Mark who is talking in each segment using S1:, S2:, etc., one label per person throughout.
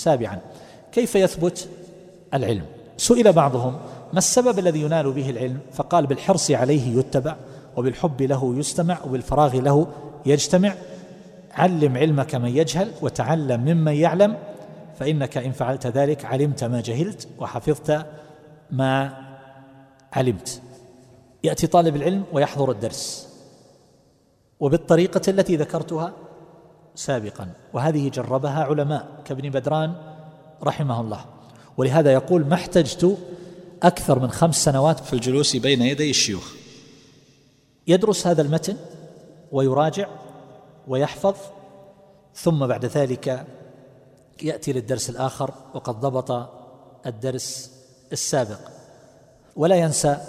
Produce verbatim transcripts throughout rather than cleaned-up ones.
S1: سابعا، كيف يثبت العلم؟ سئل بعضهم ما السبب الذي ينال به العلم؟ فقال بالحرص عليه يتبع، وبالحب له يستمع، وبالفراغ له يجتمع. علم علمك من يجهل، وتعلم ممن يعلم، فإنك إن فعلت ذلك علمت ما جهلت وحفظت ما علمت. يأتي طالب العلم ويحضر الدرس وبالطريقة التي ذكرتها سابقا، وهذه جربها علماء كابن بدران رحمه الله، ولهذا يقول ما احتجت أكثر من خمس سنوات في الجلوس بين يدي الشيوخ. يدرس هذا المتن ويراجع ويحفظ، ثم بعد ذلك يأتي للدرس الآخر وقد ضبط الدرس السابق، ولا ينسى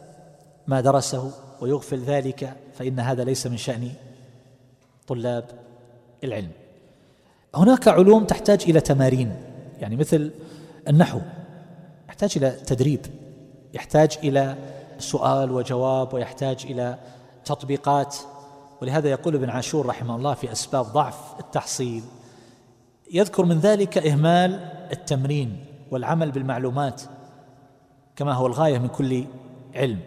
S1: ما درسه ويغفل ذلك، فإن هذا ليس من شأن طلاب العلم. هناك علوم تحتاج إلى تمارين، يعني مثل النحو يحتاج إلى تدريب، يحتاج إلى سؤال وجواب، ويحتاج إلى تطبيقات. ولهذا يقول ابن عاشور رحمه الله في أسباب ضعف التحصيل، يذكر من ذلك إهمال التمرين والعمل بالمعلومات كما هو الغاية من كل علم.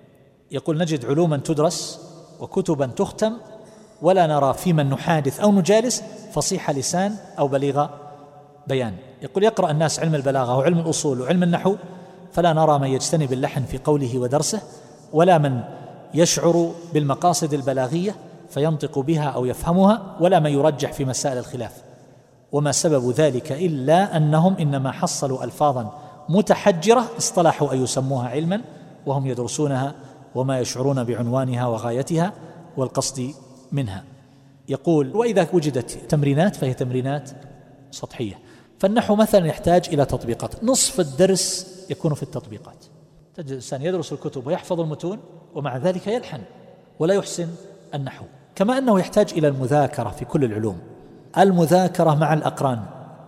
S1: يقول نجد علوما تدرس وكتبا تختم، ولا نرى في من نحادث أو نجالس فصيح لسان أو بليغ بيان. يقول يقرأ الناس علم البلاغة وعلم الأصول وعلم النحو، فلا نرى من يجتنب اللحن في قوله ودرسه، ولا من يشعر بالمقاصد البلاغية فينطق بها أو يفهمها، ولا من يرجح في مسائل الخلاف. وما سبب ذلك إلا أنهم إنما حصلوا ألفاظا متحجرة اصطلحوا أن يسموها علما، وهم يدرسونها وما يشعرون بعنوانها وغايتها والقصد منها. يقول وإذا وجدت تمرينات فهي تمرينات سطحية. فالنحو مثلا يحتاج إلى تطبيقات، نصف الدرس يكون في التطبيقات. تجد الإنسان يدرس الكتب ويحفظ المتون ومع ذلك يلحن ولا يحسن النحو. كما أنه يحتاج إلى المذاكرة في كل العلوم، المذاكرة مع الأقران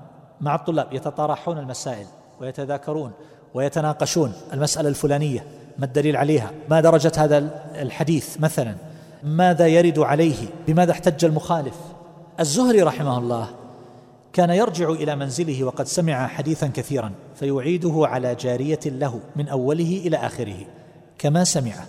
S1: مع الطلاب، يتطارحون المسائل ويتذاكرون ويتناقشون المسألة الفلانية، ما الدليل عليها، ما درجة هذا الحديث مثلا، ماذا يرد عليه، بماذا احتج المخالف. الزهري رحمه الله كان يرجع إلى منزله وقد سمع حديثا كثيرا فيعيده على جارية له من أوله إلى آخره كما سمعه،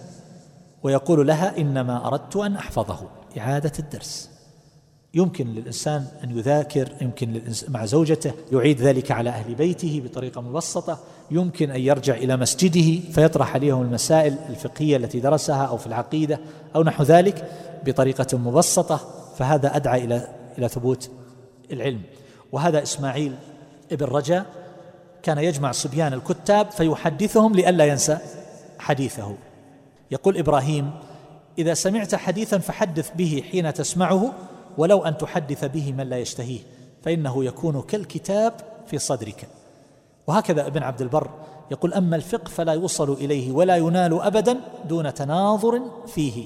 S1: ويقول لها إنما أردت أن أحفظه. إعادة الدرس يمكن للإنسان أن يذاكر، يمكن مع زوجته يعيد ذلك على أهل بيته بطريقة مبسطة، يمكن أن يرجع إلى مسجده فيطرح عليهم المسائل الفقهية التي درسها أو في العقيدة أو نحو ذلك بطريقة مبسطة، فهذا أدعى إلى إلى ثبوت العلم. وهذا إسماعيل ابن رجاء كان يجمع صبيان الكتاب فيحدثهم لئلا ينسى حديثه. يقول إبراهيم إذا سمعت حديثا فحدث به حين تسمعه، ولو أن تحدث به من لا يشتهيه، فإنه يكون كالكتاب في صدرك. وهكذا ابن عبد البر يقول أما الفقه فلا يوصل إليه ولا ينال أبدا دون تناظر فيه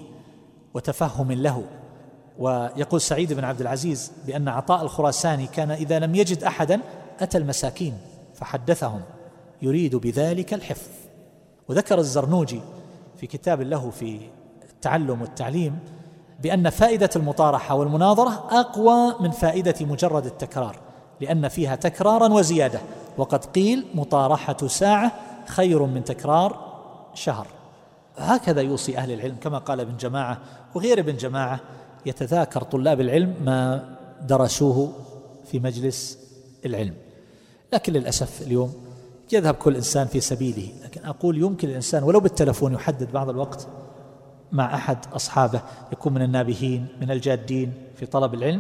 S1: وتفهم له. ويقول سعيد بن عبد العزيز بأن عطاء الخراساني كان إذا لم يجد أحدا أتى المساكين فحدثهم يريد بذلك الحفظ. وذكر الزرنوجي في كتاب له في التعلم والتعليم بأن فائدة المطارحة والمناظرة أقوى من فائدة مجرد التكرار، لأن فيها تكرارا وزيادة، وقد قيل مطارحة ساعة خير من تكرار شهر. هكذا يوصي أهل العلم كما قال ابن جماعة وغير ابن جماعة، يتذاكر طلاب العلم ما درسوه في مجلس العلم. لكن للأسف اليوم يذهب كل إنسان في سبيله، لكن أقول يمكن الإنسان ولو بالتلفون يحدد بعض الوقت مع أحد أصحابه يكون من النابهين من الجادين في طلب العلم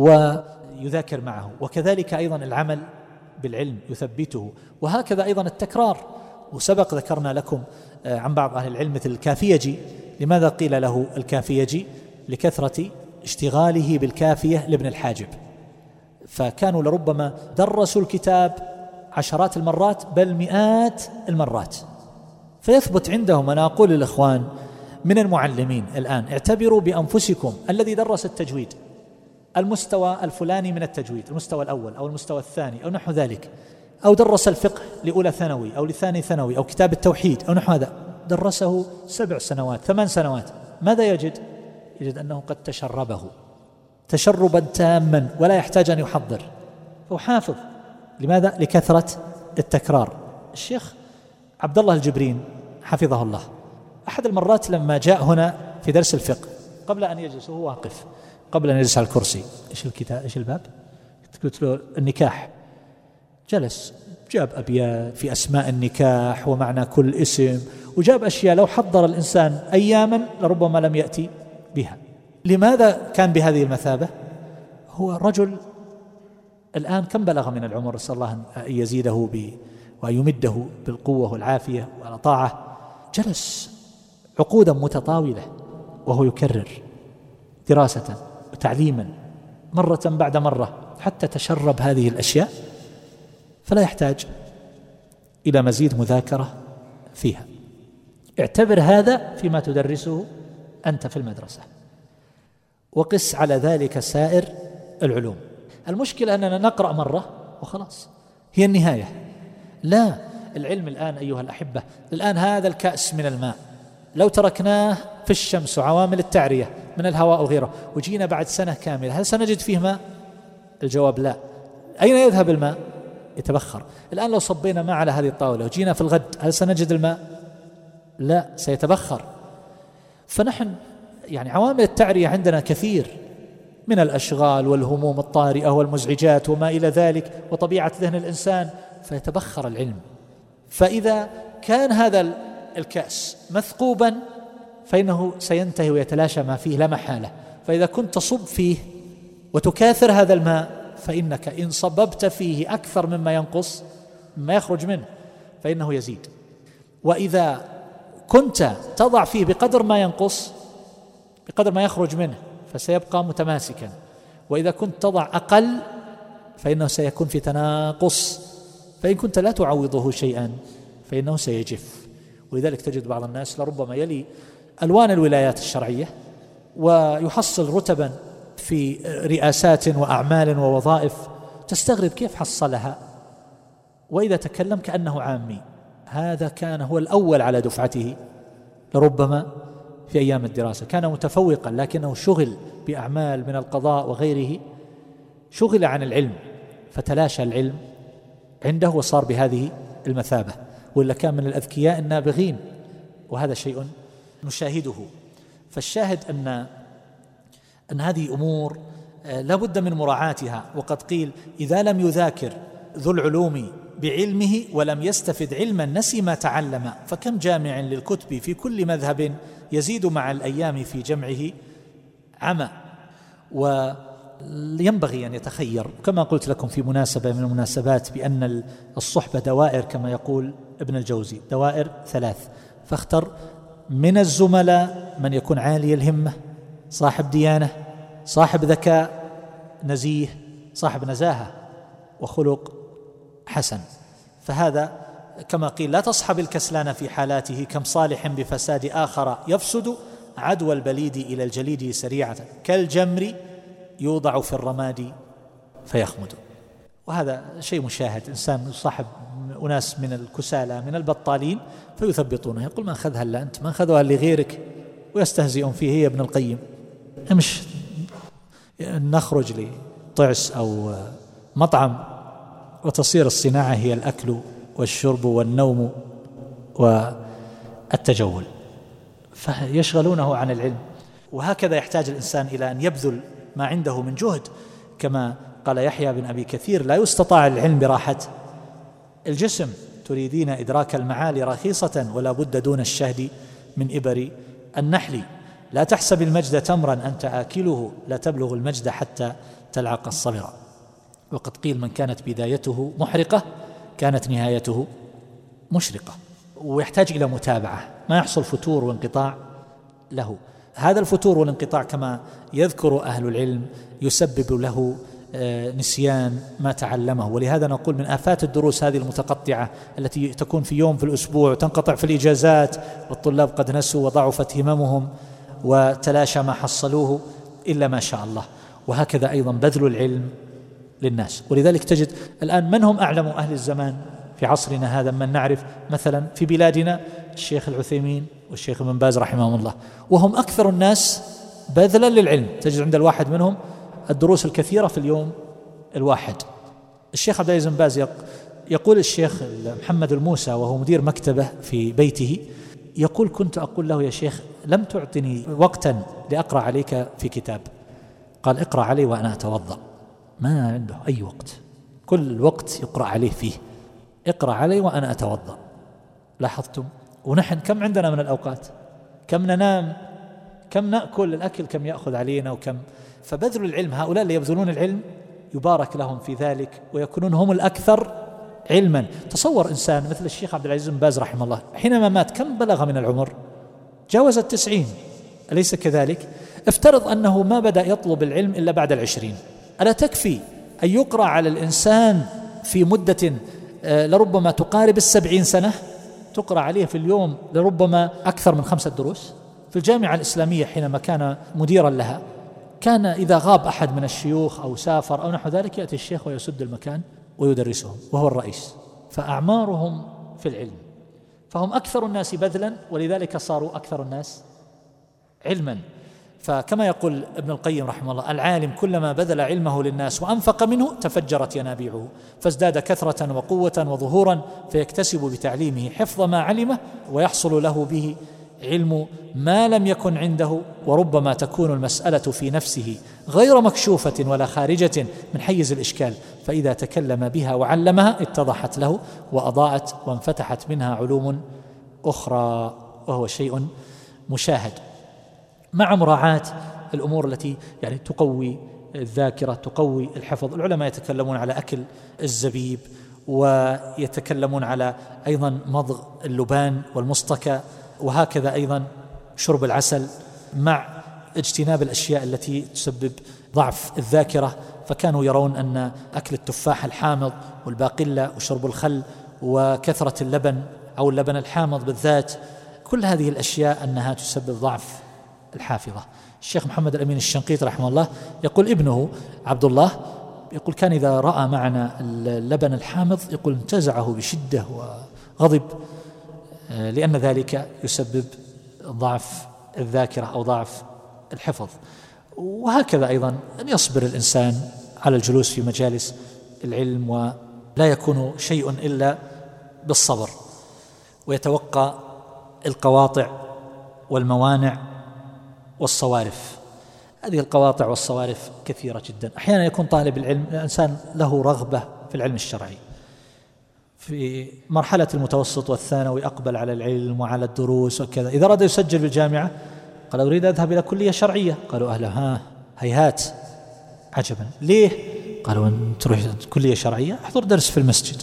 S1: ويذاكر معه. وكذلك أيضا العمل بالعلم يثبته، وهكذا أيضا التكرار. وسبق ذكرنا لكم عن بعض أهل العلم مثل الكافيجي. لماذا قيل له الكافيجي؟ لكثرة اشتغاله بالكافية لابن الحاجب، فكانوا لربما درسوا الكتاب عشرات المرات بل مئات المرات، فيثبت عندهم. أنا أقول للإخوان من المعلمين الآن اعتبروا بأنفسكم الذي درس التجويد المستوى الفلاني من التجويد، المستوى الأول أو المستوى الثاني أو نحو ذلك، أو درس الفقه لأولى ثانوي أو لثاني ثانوي أو كتاب التوحيد أو نحو هذا، درسه سبع سنوات ثمان سنوات، ماذا يجد؟ يجد أنه قد تشربه تشربا تاما ولا يحتاج أن يحضر، فهو حافظ لماذا؟ لكثرة التكرار. الشيخ عبد الله الجبرين حفظه الله أحد المرات لما جاء هنا في درس الفقه قبل أن يجلس وهو واقف، قبل أن يجلس على الكرسي، إيش الكتاب إيش الباب؟ قلت له النكاح، جلس جاب أبيات في أسماء النكاح ومعنى كل اسم، وجاب أشياء لو حضر الإنسان أياما لربما لم يأتي بها. لماذا كان بهذه المثابة؟ هو رجل الآن كم بلغ من العمر؟ نسأل الله أن يزيده ب وأن يمده بالقوة والعافية والطاعة. جلس عقودا متطاولة وهو يكرر دراسة وتعليما مرة بعد مرة حتى تشرب هذه الأشياء، فلا يحتاج إلى مزيد مذاكرة فيها. اعتبر هذا فيما تدرسه أنت في المدرسة، وقس على ذلك سائر العلوم. المشكلة أننا نقرأ مرة وخلاص هي النهاية. لا، العلم الآن أيها الأحبة، الآن هذا الكأس من الماء لو تركناه في الشمس وعوامل التعرية من الهواء وغيره وجينا بعد سنة كاملة هل سنجد فيه ماء؟ الجواب لا. أين يذهب الماء؟ يتبخر. الآن لو صبينا ماء على هذه الطاولة وجينا في الغد هل سنجد الماء؟ لا، سيتبخر. فنحن يعني عوامل التعرية عندنا كثير من الأشغال والهموم الطارئة والمزعجات وما إلى ذلك وطبيعة ذهن الإنسان، فيتبخر العلم. فإذا كان هذا الكأس مثقوبا فإنه سينتهي ويتلاشى ما فيه لا محالة. فإذا كنت تصب فيه وتكاثر هذا الماء فإنك إن صببت فيه أكثر مما ينقص مما يخرج منه فإنه يزيد، وإذا كنت تضع فيه بقدر ما ينقص بقدر ما يخرج منه فسيبقى متماسكا، وإذا كنت تضع أقل فإنه سيكون في تناقص، فإن كنت لا تعوضه شيئا فإنه سيجف. ولذلك تجد بعض الناس لربما يلي ألوان الولايات الشرعية ويحصل رتبا في رئاسات وأعمال ووظائف، تستغرب كيف حصلها، وإذا تكلم كأنه عامي. هذا كان هو الأول على دفعته لربما في أيام الدراسة، كان متفوقا لكنه شغل بأعمال من القضاء وغيره، شغل عن العلم فتلاشى العلم عنده وصار بهذه المثابة، وإلا كان من الأذكياء النابغين، وهذا شيء نشاهده. فالشاهد أن أن هذه أمور لا بد من مراعاتها. وقد قيل إذا لم يذاكر ذو العلوم بعلمه ولم يستفد علما نسي ما تعلم، فكم جامع للكتب في كل مذهب يزيد مع الأيام في جمعه عمى. وينبغي أن يتخير كما قلت لكم في مناسبة من المناسبات بأن الصحبة دوائر كما يقول ابن الجوزي، دوائر ثلاث، فاختر من الزملاء من يكون عالي الهمة، صاحب ديانة، صاحب ذكاء، نزيه، صاحب نزاهة وخلق حسن. فهذا كما قيل لا تصحب الكسلان في حالاته، كم صالح بفساد آخر يفسد، عدوى البليد إلى الجليد سريعة، كالجمر يوضع في الرماد فيخمد. وهذا شيء مشاهد، إنسان صاحب أناس من الكسالى من البطالين فيثبطونه، يقول ما أخذها إلا أنت، ما أخذها لغيرك، ويستهزئون فيه. هي ابن القيم مش نخرج لطعس أو مطعم وتصير الصناعة هي الأكل والشرب والنوم والتجول، فيشغلونه عن العلم. وهكذا يحتاج الإنسان إلى أن يبذل ما عنده من جهد، كما قال يحيى بن أبي كثير لا يستطاع العلم براحة الجسم، تريدين إدراك المعالي رخيصة ولا بد دون الشهد من إبر النحل، لا تحسب المجد تمرا أنت آكله، لا تبلغ المجد حتى تلعق الصبر. وقد قيل من كانت بدايته محرقة كانت نهايته مشرقة. ويحتاج إلى متابعة، ما يحصل فتور وانقطاع له. هذا الفتور والانقطاع كما يذكر أهل العلم يسبب له نسيان ما تعلمه. ولهذا نقول من آفات الدروس هذه المتقطعة التي تكون في يوم في الأسبوع وتنقطع في الإجازات، والطلاب قد نسوا وضعفت هممهم وتلاشى ما حصلوه إلا ما شاء الله. وهكذا أيضا بذل العلم للناس. ولذلك تجد الآن من هم أعلم أهل الزمان في عصرنا هذا، من نعرف مثلا في بلادنا الشيخ العثيمين والشيخ ابن باز رحمهم الله، وهم أكثر الناس بذلا للعلم. تجد عند الواحد منهم الدروس الكثيرة في اليوم الواحد، الشيخ عبد العزيز بن باز يقول الشيخ محمد الموسى وهو مدير مكتبه في بيته، يقول كنت أقول له يا شيخ لم تعطني وقتا لأقرأ عليك في كتاب، قال اقرأ علي وأنا أتوضأ. ما عنده أي وقت، كل الوقت يقرأ عليه فيه، اقرأ علي وأنا أتوضأ. لاحظتم؟ ونحن كم عندنا من الأوقات، كم ننام، كم نأكل، الأكل كم يأخذ علينا وكم. فبذل العلم، هؤلاء اللي يبذلون العلم يبارك لهم في ذلك ويكونون هم الأكثر علما. تصور إنسان مثل الشيخ عبد العزيز بن باز رحمه الله حينما مات كم بلغ من العمر؟ جاوز التسعين، أليس كذلك؟ افترض أنه ما بدأ يطلب العلم إلا بعد العشرين، ألا تكفي أن يقرأ على الإنسان في مدة لربما تقارب السبعين سنة، تقرأ عليه في اليوم لربما أكثر من خمسة دروس؟ في الجامعة الإسلامية حينما كان مديرا لها كان إذا غاب أحد من الشيوخ أو سافر أو نحو ذلك يأتي الشيخ ويسد المكان ويدرسهم وهو الرئيس، فأعمارهم في العلم، فهم أكثر الناس بذلا ولذلك صاروا أكثر الناس علما. فكما يقول ابن القيم رحمه الله العالم كلما بذل علمه للناس وأنفق منه تفجرت ينابيعه، فازداد كثرة وقوة وظهورا، فيكتسب بتعليمه حفظ ما علمه ويحصل له به علم ما لم يكن عنده، وربما تكون المسألة في نفسه غير مكشوفة ولا خارجة من حيز الإشكال، فإذا تكلم بها وعلمها اتضحت له وأضاءت وانفتحت منها علوم أخرى، وهو شيء مشاهد، مع مراعاة الأمور التي يعني تقوي الذاكرة، تقوي الحفظ. العلماء يتكلمون على أكل الزبيب، ويتكلمون على أيضا مضغ اللبان والمصطكى، وهكذا أيضا شرب العسل، مع اجتناب الأشياء التي تسبب ضعف الذاكرة. فكانوا يرون أن أكل التفاح الحامض والباقلة وشرب الخل وكثرة اللبن أو اللبن الحامض بالذات، كل هذه الأشياء أنها تسبب ضعف الحافظة. الشيخ محمد الأمين الشنقيطي رحمه الله يقول ابنه عبد الله يقول كان إذا رأى معنا اللبن الحامض يقول انتزعه بشدة وغضب، لأن ذلك يسبب ضعف الذاكرة أو ضعف الحفظ. وهكذا أيضا أن يصبر الإنسان على الجلوس في مجالس العلم، ولا يكون شيء إلا بالصبر، ويتوقع القواطع والموانع والصوارف. هذه القواطع والصوارف كثيرة جدا. أحيانا يكون طالب العلم الإنسان له رغبة في العلم الشرعي، في مرحلة المتوسط والثانوي أقبل على العلم وعلى الدروس وكذا، إذا أراد يسجل بالجامعة قال أريد أذهب إلى كلية شرعية، قالوا أهلا ها هيهات عجبا، ليه؟ قالوا أن تروح كلية شرعية احضر درس في المسجد.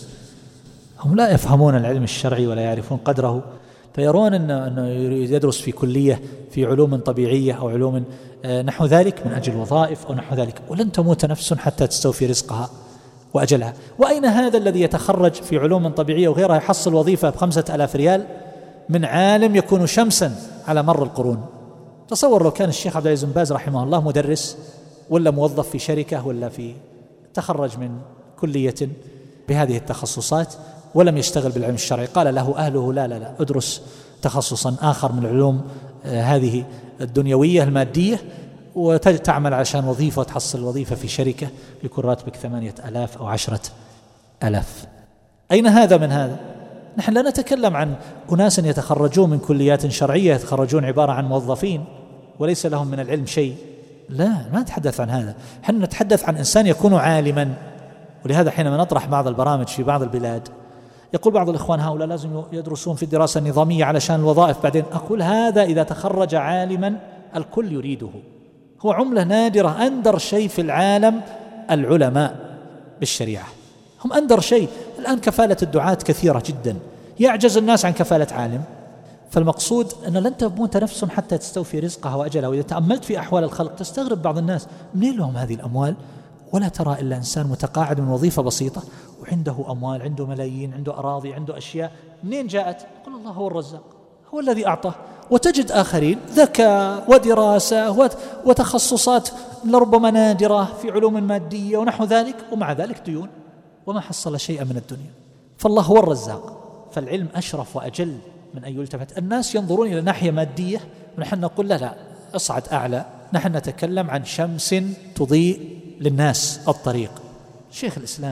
S1: هم لا يفهمون العلم الشرعي ولا يعرفون قدره، فيرون أنه يدرس في كلية في علوم طبيعية أو علوم نحو ذلك من أجل وظائف أو نحو ذلك، ولن تموت نفس حتى تستوفي رزقها وأجلها. وأين هذا الذي يتخرج في علوم طبيعية وغيرها يحصل وظيفة بخمسة ألاف ريال من عالم يكون شمسا على مر القرون؟ تصور لو كان الشيخ عبد العزيز بن باز رحمه الله مدرس ولا موظف في شركة ولا في تخرج من كلية بهذه التخصصات ولم يشتغل بالعلم الشرعي، قال له أهله لا لا لا ادرس تخصصا آخر من العلوم هذه الدنيوية المادية وتعمل عشان وظيفة وتحصل وظيفة في شركة يكون راتبك ثمانية ألاف أو عشرة ألاف. أين هذا من هذا؟ نحن لا نتكلم عن أناس يتخرجون من كليات شرعية يتخرجون عبارة عن موظفين وليس لهم من العلم شيء، لا ما نتحدث عن هذا، نحن نتحدث عن إنسان يكون عالما. ولهذا حينما نطرح بعض البرامج في بعض البلاد يقول بعض الإخوان هؤلاء لازم يدرسون في الدراسة النظامية علشان الوظائف بعدين، أقول هذا إذا تخرج عالما الكل يريده، هو عملة نادرة. أندر شيء في العالم العلماء بالشريعة، هم أندر شيء. الآن كفالة الدعاة كثيرة جدا، يعجز الناس عن كفالة عالم. فالمقصود أن لن تموت نفس حتى تستوفي رزقها وأجلها. وإذا تأملت في أحوال الخلق تستغرب بعض الناس منين لهم هذه الأموال، ولا ترى إلا إنسان متقاعد من وظيفة بسيطة وعنده أموال، عنده ملايين، عنده أراضي، عنده أشياء. منين جاءت؟ يقول الله هو الرزاق، هو الذي أعطاه. وتجد آخرين ذكاء ودراسة وتخصصات لربما نادرة في علوم مادية ونحو ذلك، ومع ذلك ديون وما حصل شيئا من الدنيا. فالله هو الرزاق. فالعلم أشرف وأجل من أن يلتفت. الناس ينظرون إلى ناحية مادية ونحن نقول لا لا اصعد أعلى، نحن نتكلم عن شمس تضيء للناس الطريق. شيخ الإسلام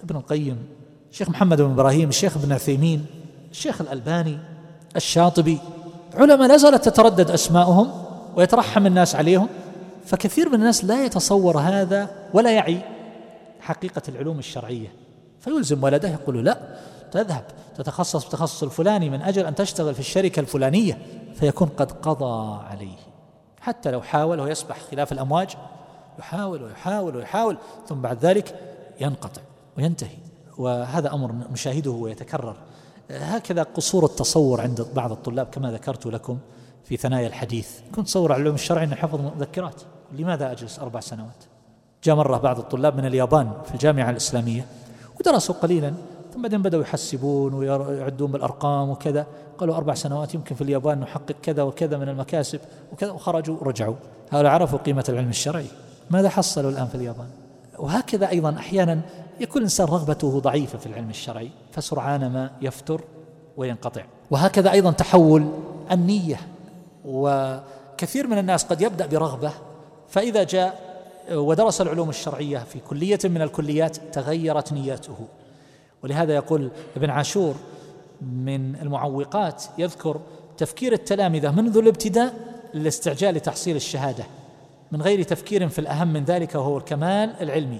S1: ابن القيم، الشيخ محمد بن إبراهيم، الشيخ ابن عثيمين، الشيخ الألباني، الشاطبي، علماء لا زالت تتردد أسماؤهم ويترحم الناس عليهم. فكثير من الناس لا يتصور هذا ولا يعي حقيقة العلوم الشرعية، فيلزم ولده يقول لا تذهب تتخصص بتخصص الفلاني من أجل أن تشتغل في الشركة الفلانية، فيكون قد قضى عليه. حتى لو حاول ويسبح خلاف الأمواج، يحاول ويحاول ويحاول ثم بعد ذلك ينقطع وينتهي. وهذا أمر نشاهده ويتكرر. هكذا قصور التصور عند بعض الطلاب كما ذكرت لكم في ثنايا الحديث. كنت تصور على العلوم الشرعية أن حفظ مذكرات، لماذا أجلس أربع سنوات؟ جاء مرة بعض الطلاب من اليابان في الجامعة الإسلامية ودرسوا قليلا ثم بعدين بدأوا يحسبون ويعدون بالأرقام وكذا، قالوا أربع سنوات يمكن في اليابان نحقق كذا وكذا من المكاسب وكذا، وخرجوا ورجعوا. هؤلاء عرفوا قيمة العلم الشرعي، ماذا حصلوا الآن في اليابان؟ وهكذا أيضا أحيانا يكون الإنسان رغبته ضعيفة في العلم الشرعي فسرعان ما يفتر وينقطع. وهكذا أيضا تحول النية، وكثير من الناس قد يبدأ برغبة فإذا جاء ودرس العلوم الشرعية في كلية من الكليات تغيرت نيته. ولهذا يقول ابن عاشور من المعوقات، يذكر تفكير التلامذة منذ الابتداء للاستعجال لتحصيل الشهادة من غير تفكير في الأهم من ذلك وهو الكمال العلمي.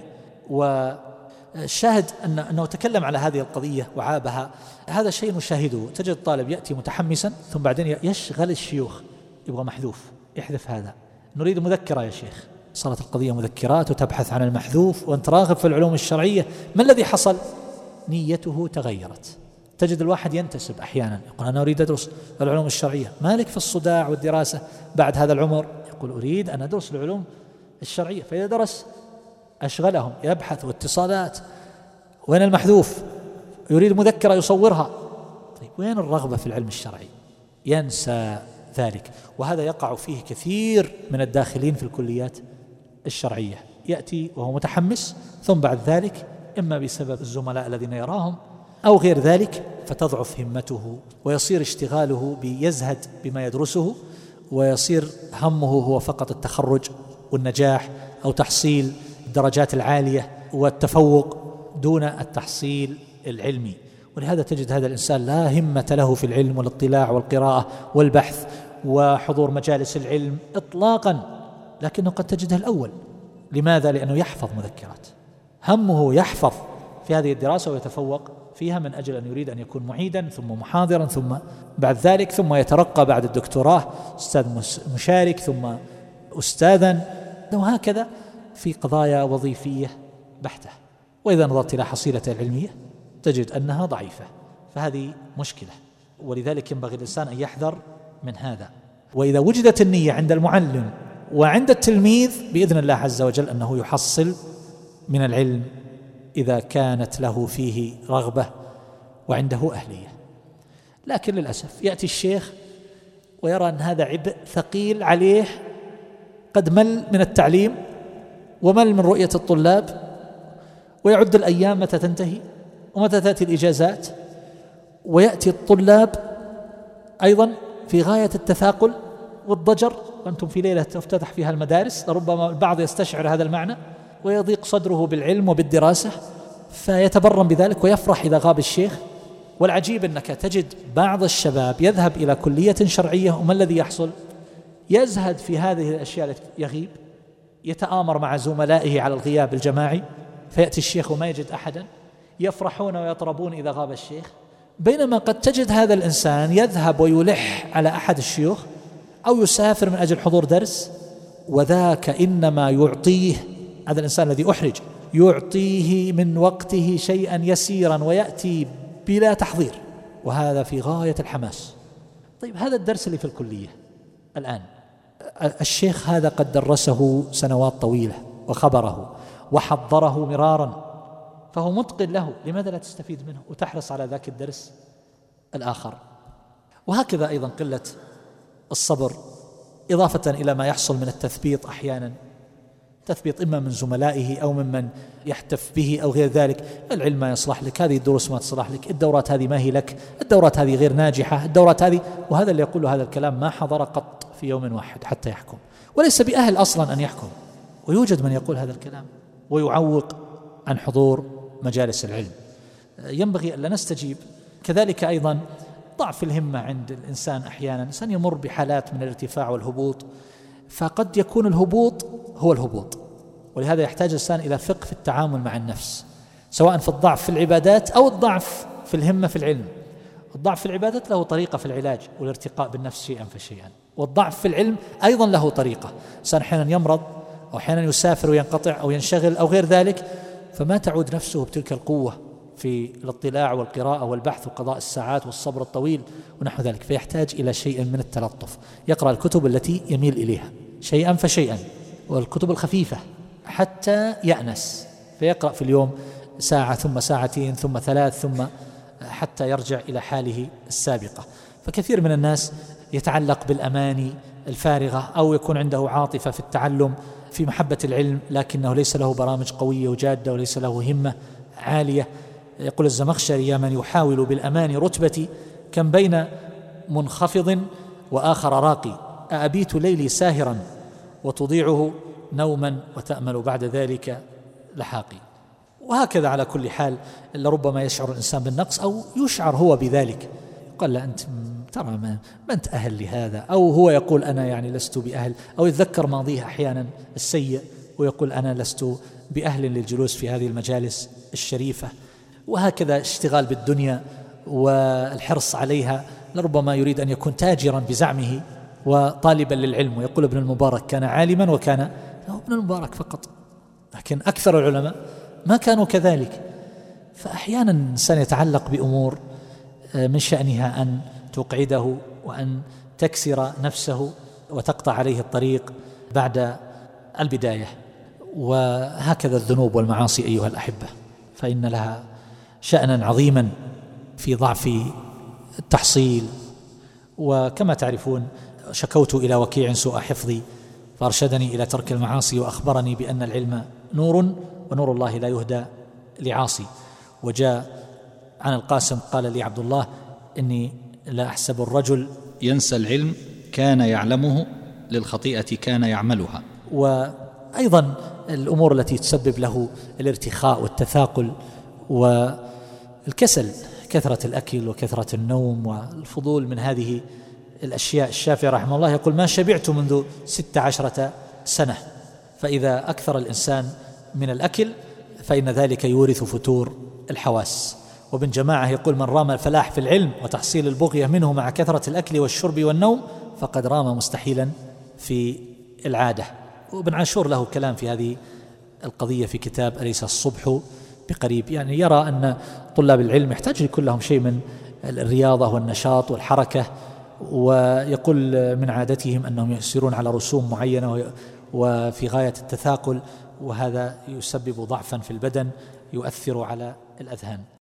S1: والشاهد أن أنه تكلم على هذه القضية وعابها. هذا شيء نشاهده، تجد الطالب يأتي متحمسا ثم بعدين يشغل الشيوخ، يبغى محذوف، يحذف هذا، نريد مذكرة يا شيخ. صارت القضية مذكرات وتبحث عن المحذوف وأنت راغب في العلوم الشرعية. ما الذي حصل؟ نيته تغيرت. تجد الواحد ينتسب أحيانا يقول أنا أريد أدرس العلوم الشرعية، مالك في الصداع والدراسة بعد هذا العمر؟ يقول أريد أن أدرس العلوم الشرعية. فإذا درس أشغلهم يبحث واتصالات، وين المحذوف؟ يريد مذكرة يصورها. طيب وين الرغبة في العلم الشرعي؟ ينسى ذلك. وهذا يقع فيه كثير من الداخلين في الكليات الشرعية، يأتي وهو متحمس ثم بعد ذلك إما بسبب الزملاء الذين يراهم أو غير ذلك فتضعف همته ويصير اشتغاله بيزهد بما يدرسه ويصير همه هو فقط التخرج والنجاح أو تحصيل الدرجات العالية والتفوق دون التحصيل العلمي. ولهذا تجد هذا الإنسان لا همة له في العلم والاطلاع والقراءة والبحث وحضور مجالس العلم إطلاقا، لكنه قد تجده الأول. لماذا؟ لأنه يحفظ مذكرات، همه يحفظ في هذه الدراسة ويتفوق فيها من أجل أن يريد أن يكون معيدا ثم محاضرا ثم بعد ذلك ثم يترقى بعد الدكتوراه أستاذ مشارك ثم أستاذا، وهكذا في قضايا وظيفية بحتة. وإذا نظرت إلى حصيلته العلمية تجد أنها ضعيفة، فهذه مشكلة. ولذلك ينبغي الإنسان أن يحذر من هذا. وإذا وجدت النية عند المعلم وعند التلميذ بإذن الله عز وجل أنه يحصل من العلم إذا كانت له فيه رغبة وعنده أهلية. لكن للأسف يأتي الشيخ ويرى أن هذا عبء ثقيل عليه، قد مل من التعليم ومل من رؤية الطلاب، ويعد الأيام متى تنتهي ومتى تأتي الإجازات، ويأتي الطلاب أيضا في غاية التثاقل والضجر، وأنتم في ليلة تفتتح فيها المدارس، لربما البعض يستشعر هذا المعنى ويضيق صدره بالعلم وبالدراسة فيتبرم بذلك ويفرح إذا غاب الشيخ. والعجيب أنك تجد بعض الشباب يذهب إلى كلية شرعية وما الذي يحصل؟ يزهد في هذه الأشياء التي يغيب، يتآمر مع زملائه على الغياب الجماعي، فيأتي الشيخ وما يجد أحدا، يفرحون ويطربون إذا غاب الشيخ. بينما قد تجد هذا الإنسان يذهب ويلح على أحد الشيوخ أو يسافر من أجل حضور درس، وذاك إنما يعطيه، هذا الإنسان الذي أحرج يعطيه من وقته شيئا يسيرا ويأتي بلا تحضير، وهذا في غاية الحماس. طيب هذا الدرس اللي في الكلية الآن الشيخ هذا قد درسه سنوات طويلة وخبره وحضره مرارا فهو متقن له، لماذا لا تستفيد منه وتحرص على ذاك الدرس الآخر؟ وهكذا أيضا قلة الصبر إضافة إلى ما يحصل من التثبيط، أحيانا تثبيط إما من زملائه أو ممن يحتف به أو غير ذلك، العلم ما يصلح لك، هذه الدروس ما تصلح لك، الدورات هذه ما هي لك، الدورات هذه غير ناجحة، الدورات هذه. وهذا اللي يقول هذا الكلام ما حضر قط في يوم واحد حتى يحكم، وليس بأهل أصلا أن يحكم. ويوجد من يقول هذا الكلام ويعوق عن حضور مجالس العلم. ينبغي ألا نستجيب. كذلك أيضا ضعف الهمة عند الإنسان، أحيانا الإنسان يمر بحالات من الارتفاع والهبوط، فقد يكون الهبوط هو الهبوط، ولهذا يحتاج الإنسان إلى فقه في التعامل مع النفس، سواء في الضعف في العبادات أو الضعف في الهمة في العلم. الضعف في العبادات له طريقة في العلاج والارتقاء بالنفس شيئا فشيئا، والضعف في العلم أيضا له طريقة. الإنسان أحيانا يمرض أو أحيانا يسافر وينقطع أو ينشغل أو غير ذلك، فما تعود نفسه بتلك القوة في الاطلاع والقراءة والبحث وقضاء الساعات والصبر الطويل ونحو ذلك، فيحتاج إلى شيء من التلطف، يقرأ الكتب التي يميل إليها شيئا فشيئا، والكتب الخفيفة حتى يأنس، فيقرأ في اليوم ساعة ثم ساعتين ثم ثلاث ثم حتى يرجع إلى حاله السابقة. فكثير من الناس يتعلق بالأماني الفارغة، أو يكون عنده عاطفة في التعلم في محبة العلم لكنه ليس له برامج قوية وجادة وليس له همة عالية. يقول الزمخشري: يا من يحاول بالأمان رتبتي كم بين منخفض وآخر راقي، أأبيت ليلي ساهرا وتضيعه نوما وتأمل بعد ذلك لحاقي. وهكذا على كل حال لربما يشعر الإنسان بالنقص أو يشعر هو بذلك، قال لا أنت ترى ما أنت أهل لهذا، أو هو يقول أنا يعني لست بأهل، أو يتذكر ماضيه أحيانا السيء ويقول أنا لست بأهل للجلوس في هذه المجالس الشريفة. وهكذا اشتغال بالدنيا والحرص عليها، لربما يريد أن يكون تاجرا بزعمه وطالبا للعلم. ويقول ابن المبارك: كان عالما وكان له ابن المبارك فقط، لكن أكثر العلماء ما كانوا كذلك. فأحيانا الإنسان يتعلق بأمور من شأنها أن تقعده وأن تكسر نفسه وتقطع عليه الطريق بعد البداية. وهكذا الذنوب والمعاصي أيها الأحبة، فإن لها شأنا عظيما في ضعف التحصيل. وكما تعرفون شكوت إلى وكيع سوء حفظي فأرشدني إلى ترك المعاصي، وأخبرني بأن العلم نور ونور الله لا يهدى لعاصي. وجاء عن القاسم قال لي عبد الله: إني لا أحسب الرجل
S2: ينسى العلم كان يعلمه للخطيئة كان يعملها.
S1: وأيضا الأمور التي تسبب له الارتخاء والتثاقل والكسل، كثرة الأكل وكثرة النوم والفضول من هذه الأشياء. الشافعي رحمه الله يقول: ما شبعت منذ ست عشرة سنة. فإذا أكثر الإنسان من الأكل فإن ذلك يورث فتور الحواس. وابن جماعة يقول: من رام الفلاح في العلم وتحصيل البغية منه مع كثرة الأكل والشرب والنوم فقد رام مستحيلا في العادة. وابن عاشور له كلام في هذه القضية في كتاب أليس الصبح بقريب، يعني يرى أن طلاب العلم يحتاج يكون لهم شيء من الرياضة والنشاط والحركة، ويقول من عادتهم أنهم يسيرون على رسوم معينة وفي غاية التثاقل، وهذا يسبب ضعفا في البدن يؤثر على الأذهان.